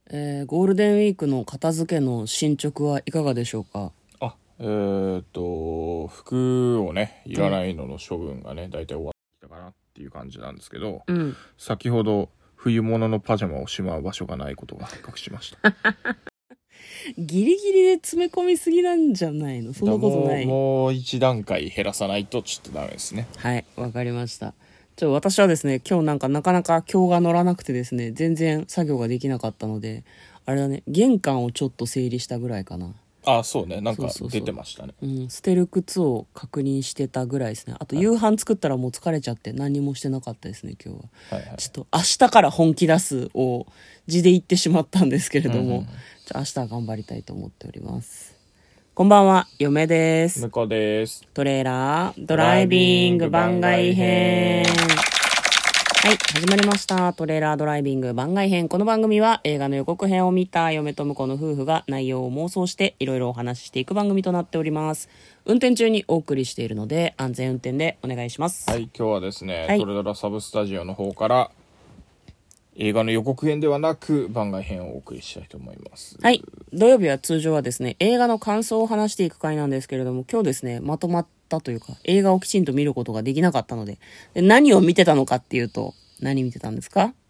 ゴールデンウィークの片付けの進捗はいかがでしょうか？ 服をね、いらないのの処分がね、だいたい終わってきたかなっていう感じなんですけど、先ほど冬物のパジャマをしまう場所がないことが発覚しました。 ギリギリで詰め込みすぎなんじゃないの？そんなことない。 もう一段階減らさないとちょっとダメですね。 はい、わかりました。私はですね、今日なかなか今日が乗らなくてですね、全然作業ができなかったので、あれだね、玄関をちょっと整理したぐらいかな。 そうね、なんか出てましたね。 捨てる靴を確認してたぐらいですね。あと夕飯作ったらもう疲れちゃって何もしてなかったですね、今日は。ちょっと明日から本気出すを字で言ってしまったんですけれども、明日は頑張りたいと思っております。こんばんは、嫁です。 向こうです。 トレーラードライビング番外編。はい、始まりました。トレーラードライビング番外編。この番組は映画の予告編を見た嫁と婿の夫婦が内容を妄想していろいろお話ししていく番組となっております。運転中にお送りしているので安全運転でお願いします。 はい、今日はですね、トレドラサブスタジオの方から映画の予告編ではなく番外編をお送りしたいと思います。 はい、土曜日は通常はですね、映画の感想を話していく回なんですけれども、今日ですね、まとまったというか映画をきちんと見ることができなかったので、何を見てたのかっていうと、何見てたんですか？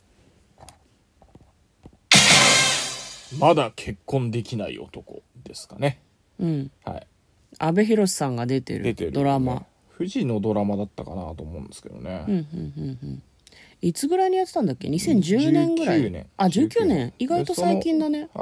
まだ結婚できない男ですかね。はい。 阿部寛さんが出てるドラマ、 富士のドラマだったかなと思うんですけどね。 いつぐらいにやってたんだっけ？ 2010 年ぐらい。19年。意外と最近だね。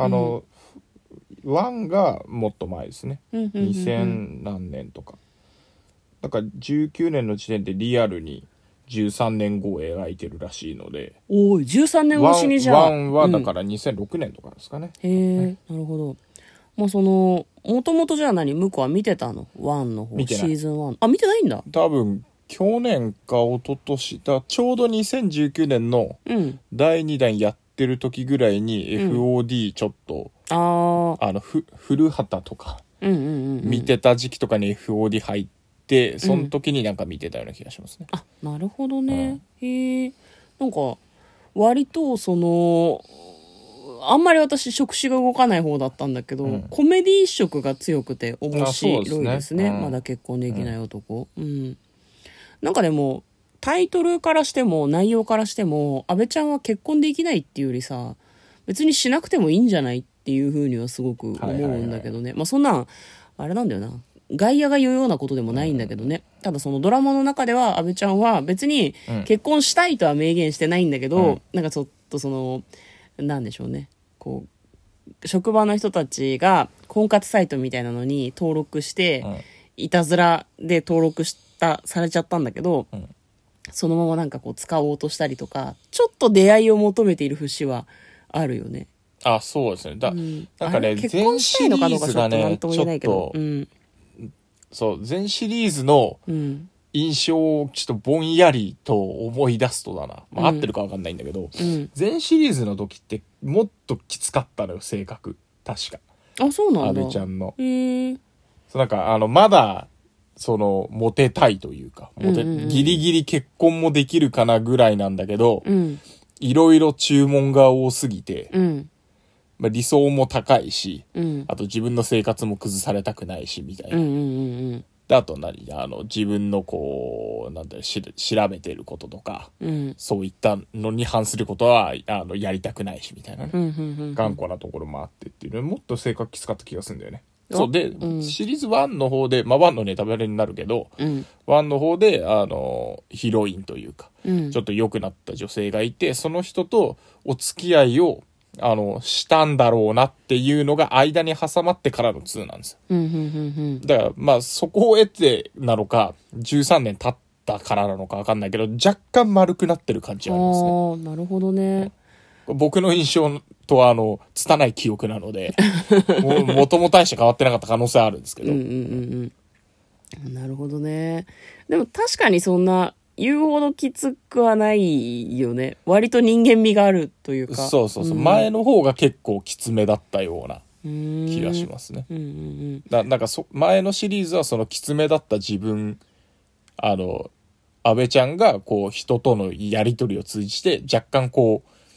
1がもっと前ですね。2000何年とか。だから19年の時点でリアルに13年後を描いてるらしいので。 おい、13年越しにじゃあ。 1はだから2006年とかですかね。 へえ、なるほど。もともとじゃあ向こうは見てたの？ 1 の方。 見てない。 シーズン1。見てないんだ。 多分、去年か一昨年だ、ちょうど2019年の第2弾やってる時ぐらいに FOD ちょっと、古畑とか見てた時期とかに FOD 入ってその時になんか見てたような気がしますね。 なるほどね。へえ。なんか割とあんまり私触手が動かない方だったんだけど、コメディ色が強くて面白いですね。まだ結婚できない男。なんかでもタイトルからしても内容からしても、安倍ちゃんは結婚できないっていうよりさ、別にしなくてもいいんじゃないっていう風にはすごく思うんだけどね。そんなんあれなんだよな、外野が言うようなことでもないんだけどね。ただそのドラマの中では安倍ちゃんは別に結婚したいとは明言してないんだけど、なんかちょっとなんでしょうね、こう職場の人たちが婚活サイトみたいなのに登録して、いたずらで登録されちゃったんだけど、そのままなんかこう使おうとしたりとか、ちょっと出会いを求めている節はあるよね。 そうですね。なんかね、 結婚したいのかどうかちょっとなんとも言えないけど、 全シリーズの印象をちょっとぼんやりと思い出すとだな。合ってるか分かんないんだけど、全シリーズの時ってもっときつかったのよ、性格。確か。 そうなんだ。 安倍ちゃんの。なんか、まだ、モテたいというか、ギリギリ結婚もできるかなぐらいなんだけど、いろいろ注文が多すぎて、理想も高いし、あと自分の生活も崩されたくないし、みたいな。で、あと自分の調べてることとか、そういったのに反することは、やりたくないし、みたいなね。頑固なところもあってっていうのもっと性格きつかった気がするんだよね。で、シリーズ1の方で、1のネタバレになるけど、1の方で、ヒロインというか、ちょっと良くなった女性がいて、その人とお付き合いを、したんだろうなっていうのが間に挟まってからの2なんですよ。だから、そこを得てなのか、13年経ったからなのか分かんないけど、若干丸くなってる感じがありますね。 なるほどね。 僕の印象とは拙い記憶なのでもとも大して変わってなかった可能性はあるんですけど、 なるほどね。でも確かにそんな言うほどきつくはないよね。割と人間味があるというか。 そう、前の方が結構きつめだったような気がしますね。なんか前のシリーズはそのきつめだった自分、安倍ちゃんがこう人とのやり取りを通じて若干こう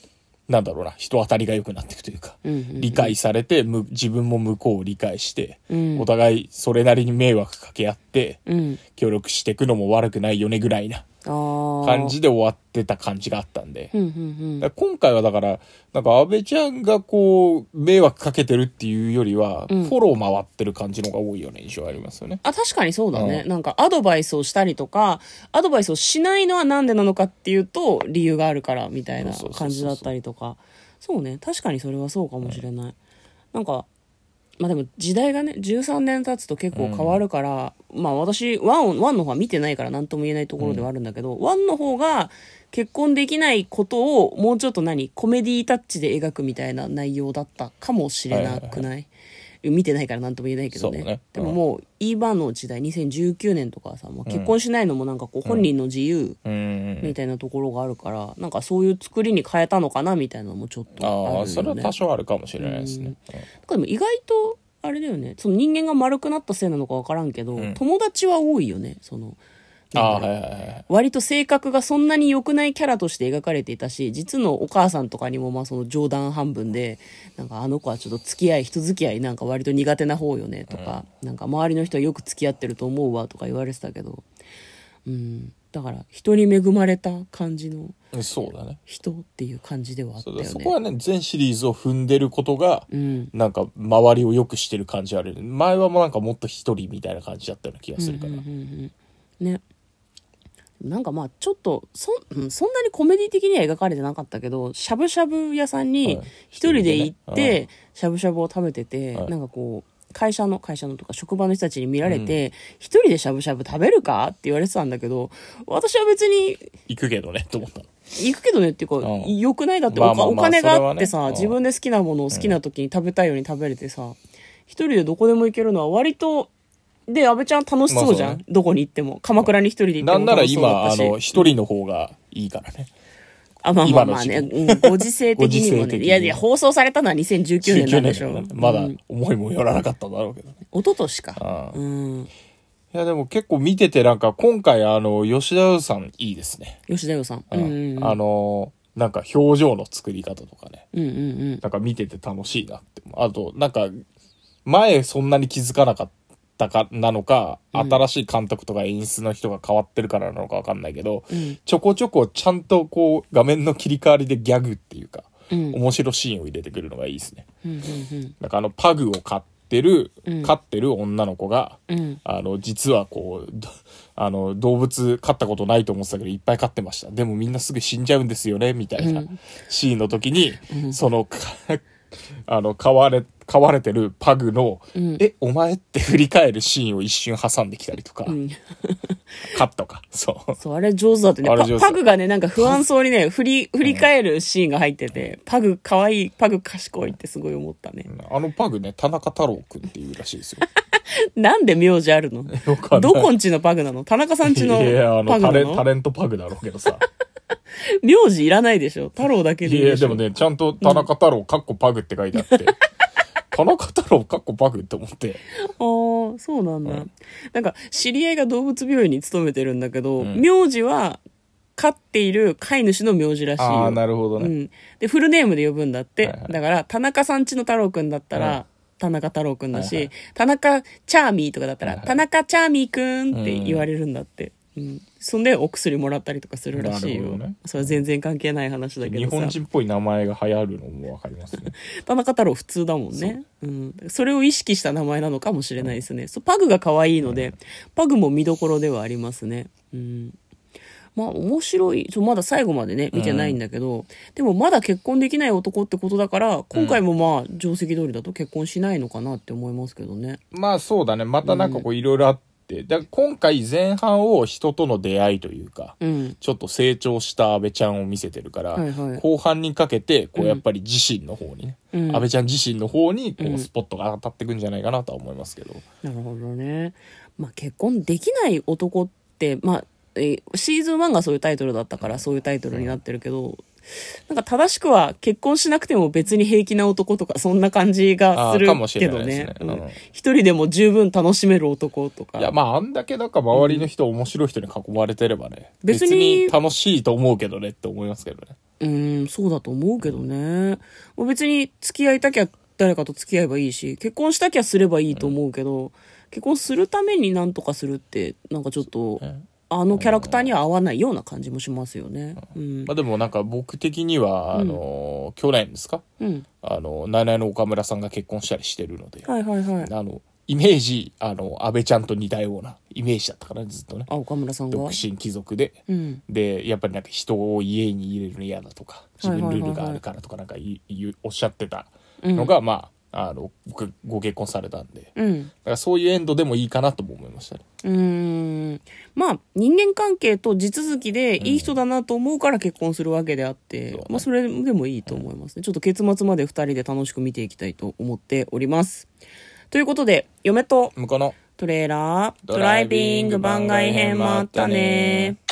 なんだろうな、人当たりが良くなっていくというか、理解されて、自分も向こうを理解して、お互いそれなりに迷惑かけ合って、協力していくのも悪くないよねぐらいな感じで終わってた感じがあったんで、今回はだからなんか安倍ちゃんがこう迷惑かけてるっていうよりは、フォロー回ってる感じのが多いような印象がありますよね。 確かにそうだね、なんかアドバイスをしたりとか、アドバイスをしないのはなんでなのかっていうと理由があるからみたいな感じだったりとか、そうね、確かにそれはそうかもしれない、なんかまあでも時代がね13年経つと結構変わるから、まあ私ワンの方は見てないから何とも言えないところではあるんだけど、ワンの方が結婚できないことをもうちょっとコメディタッチで描くみたいな内容だったかもしれなくない、見てないから何とも言えないけど ね、でももう今の時代2019年とかはさ、もう結婚しないのもなんかこう本人の自由みたいなところがあるから、なんかそういう作りに変えたのかなみたいなのもちょっとあるよね。 それは多少あるかもしれないですね。 でも意外とあれだよね、その人間が丸くなったせいなのか分からんけど、友達は多いよね。その割と性格がそんなに良くないキャラとして描かれていたし、実のお母さんとかにもまあその冗談半分で、なんかあの子はちょっと人付き合いなんか割と苦手な方よねとか、なんか周りの人はよく付き合ってると思うわとか言われてたけど、だから人に恵まれた感じの人っていう感じではあったよね。 そこはね、全シリーズを踏んでることが、なんか周りを良くしてる感じある。前はもうなんかもっと一人みたいな感じだったような気がするから、 ね。なんかまあちょっとそんなにコメディ的には描かれてなかったけど、しゃぶしゃぶ屋さんに一人で行ってしゃぶしゃぶを食べてて、なんかこう会社のとか職場の人たちに見られて、一人でしゃぶしゃぶ食べるかって言われてたんだけど、私は別に行くけどねと思った。 行くけどねっていうか、よくないだってお金があってさ、自分で好きなものを好きな時に食べたいように食べれてさ、一人でどこでも行けるのは割とで、安倍ちゃん楽しそうじゃん、どこに行っても。鎌倉に一人で行っても楽しそうだったし。 なんなら今、一人の方がいいからね。 まあね、ご時世的にもね。いや、放送されたのは2019年なんでしょ。 まだ思いもよらなかったんだろうけどね。 一昨年か。 いや、でも結構見ててなんか、今回吉田洋さんいいですね。 吉田洋さん。 なんか表情の作り方とかね。なんか見てて楽しいなって。あと、なんか、前そんなに気づかなかった。なのか、新しい監督とか演出の人が変わってるからなのか分かんないけど、ちょこちょこちゃんとこう画面の切り替わりでギャグっていうか、面白シーンを入れてくるのがいいですね。なんかパグを飼ってる女の子が、実はこう動物飼ったことないと思ってたけどいっぱい飼ってました。でもみんなすぐ死んじゃうんですよねみたいなシーンの時に、その飼われてるパグの、お前って振り返るシーンを一瞬挟んできたりとか、カットか。そう。 あれ上手だってね。パグがね、なんか不安そうにね、振り返るシーンが入ってて、パグ可愛い、パグ賢いってすごい思ったね。 パグね、田中太郎くんっていうらしいですよ。 なんで名字あるの？どこんちのパグなの？田中さんちのパグなの？ タレントパグだろうけどさ。 名字いらないでしょ。太郎だけでいいでしょ。 でもね、ちゃんと田中太郎、パグって書いてあって。田中太郎、パグって思って。 そうなんだ。なんか、知り合いが動物病院に勤めてるんだけど、名字は、飼っている飼い主の名字らしいよ。 なるほどね。 で、フルネームで呼ぶんだって。だから、田中さんちの太郎くんだったら、田中太郎くんだし、田中チャーミーとかだったら、田中チャーミーくんって言われるんだって。そんでお薬もらったりとかするらしいよ。それは全然関係ない話だけどさ。 日本人っぽい名前が流行るのもわかりますね。 田中太郎普通だもんね。それを意識した名前なのかもしれないですね。パグが可愛いので、パグも見どころではありますね。まあ面白い。まだ最後までね、見てないんだけど、でもまだ結婚できない男ってことだから、今回もまあ定石通りだと結婚しないのかなって思いますけどね。 まあそうだね。またなんかこういろいろあって、今回前半を人との出会いというか、ちょっと成長した安倍ちゃんを見せてるから、後半にかけてこうやっぱり自身の方にね、安倍ちゃん自身の方にこうスポットが当たってくんじゃないかなとは思いますけど。 なるほどね。まあ結婚できない男って、まあシーズン1がそういうタイトルだったからそういうタイトルになってるけど、 なんか正しくは結婚しなくても別に平気な男とかそんな感じがするけどね。一人でも十分楽しめる男とか。 いや、まああんだけなんか周りの人、面白い人に囲まれてればね。別に楽しいと思うけどねって思いますけどね。そうだと思うけどね。別に付き合いたきゃ誰かと付き合えばいいし、結婚したきゃすればいいと思うけど、結婚するためになんとかするって、なんかちょっと、あのキャラクターには合わないような感じもしますよね。 まあでもなんか僕的には、去年ですか、ナイナイの岡村さんが結婚したりしてるので、イメージ、安倍ちゃんと似たようなイメージだったから、ずっとね。 岡村さんが独身貴族で、で、やっぱりなんか人を家に入れるの嫌だとか、自分ルールがあるからとかなんかおっしゃってたのが、まあ、ご結婚されたんで、だからそういうエンドでもいいかなとも思いましたね。 まあ、人間関係と地続きでいい人だなと思うから結婚するわけであって、まあ、それでもいいと思いますね。ちょっと結末まで2人で楽しく見ていきたいと思っております。ということで、嫁と向こうのトレーラードライビング番外編もあったね。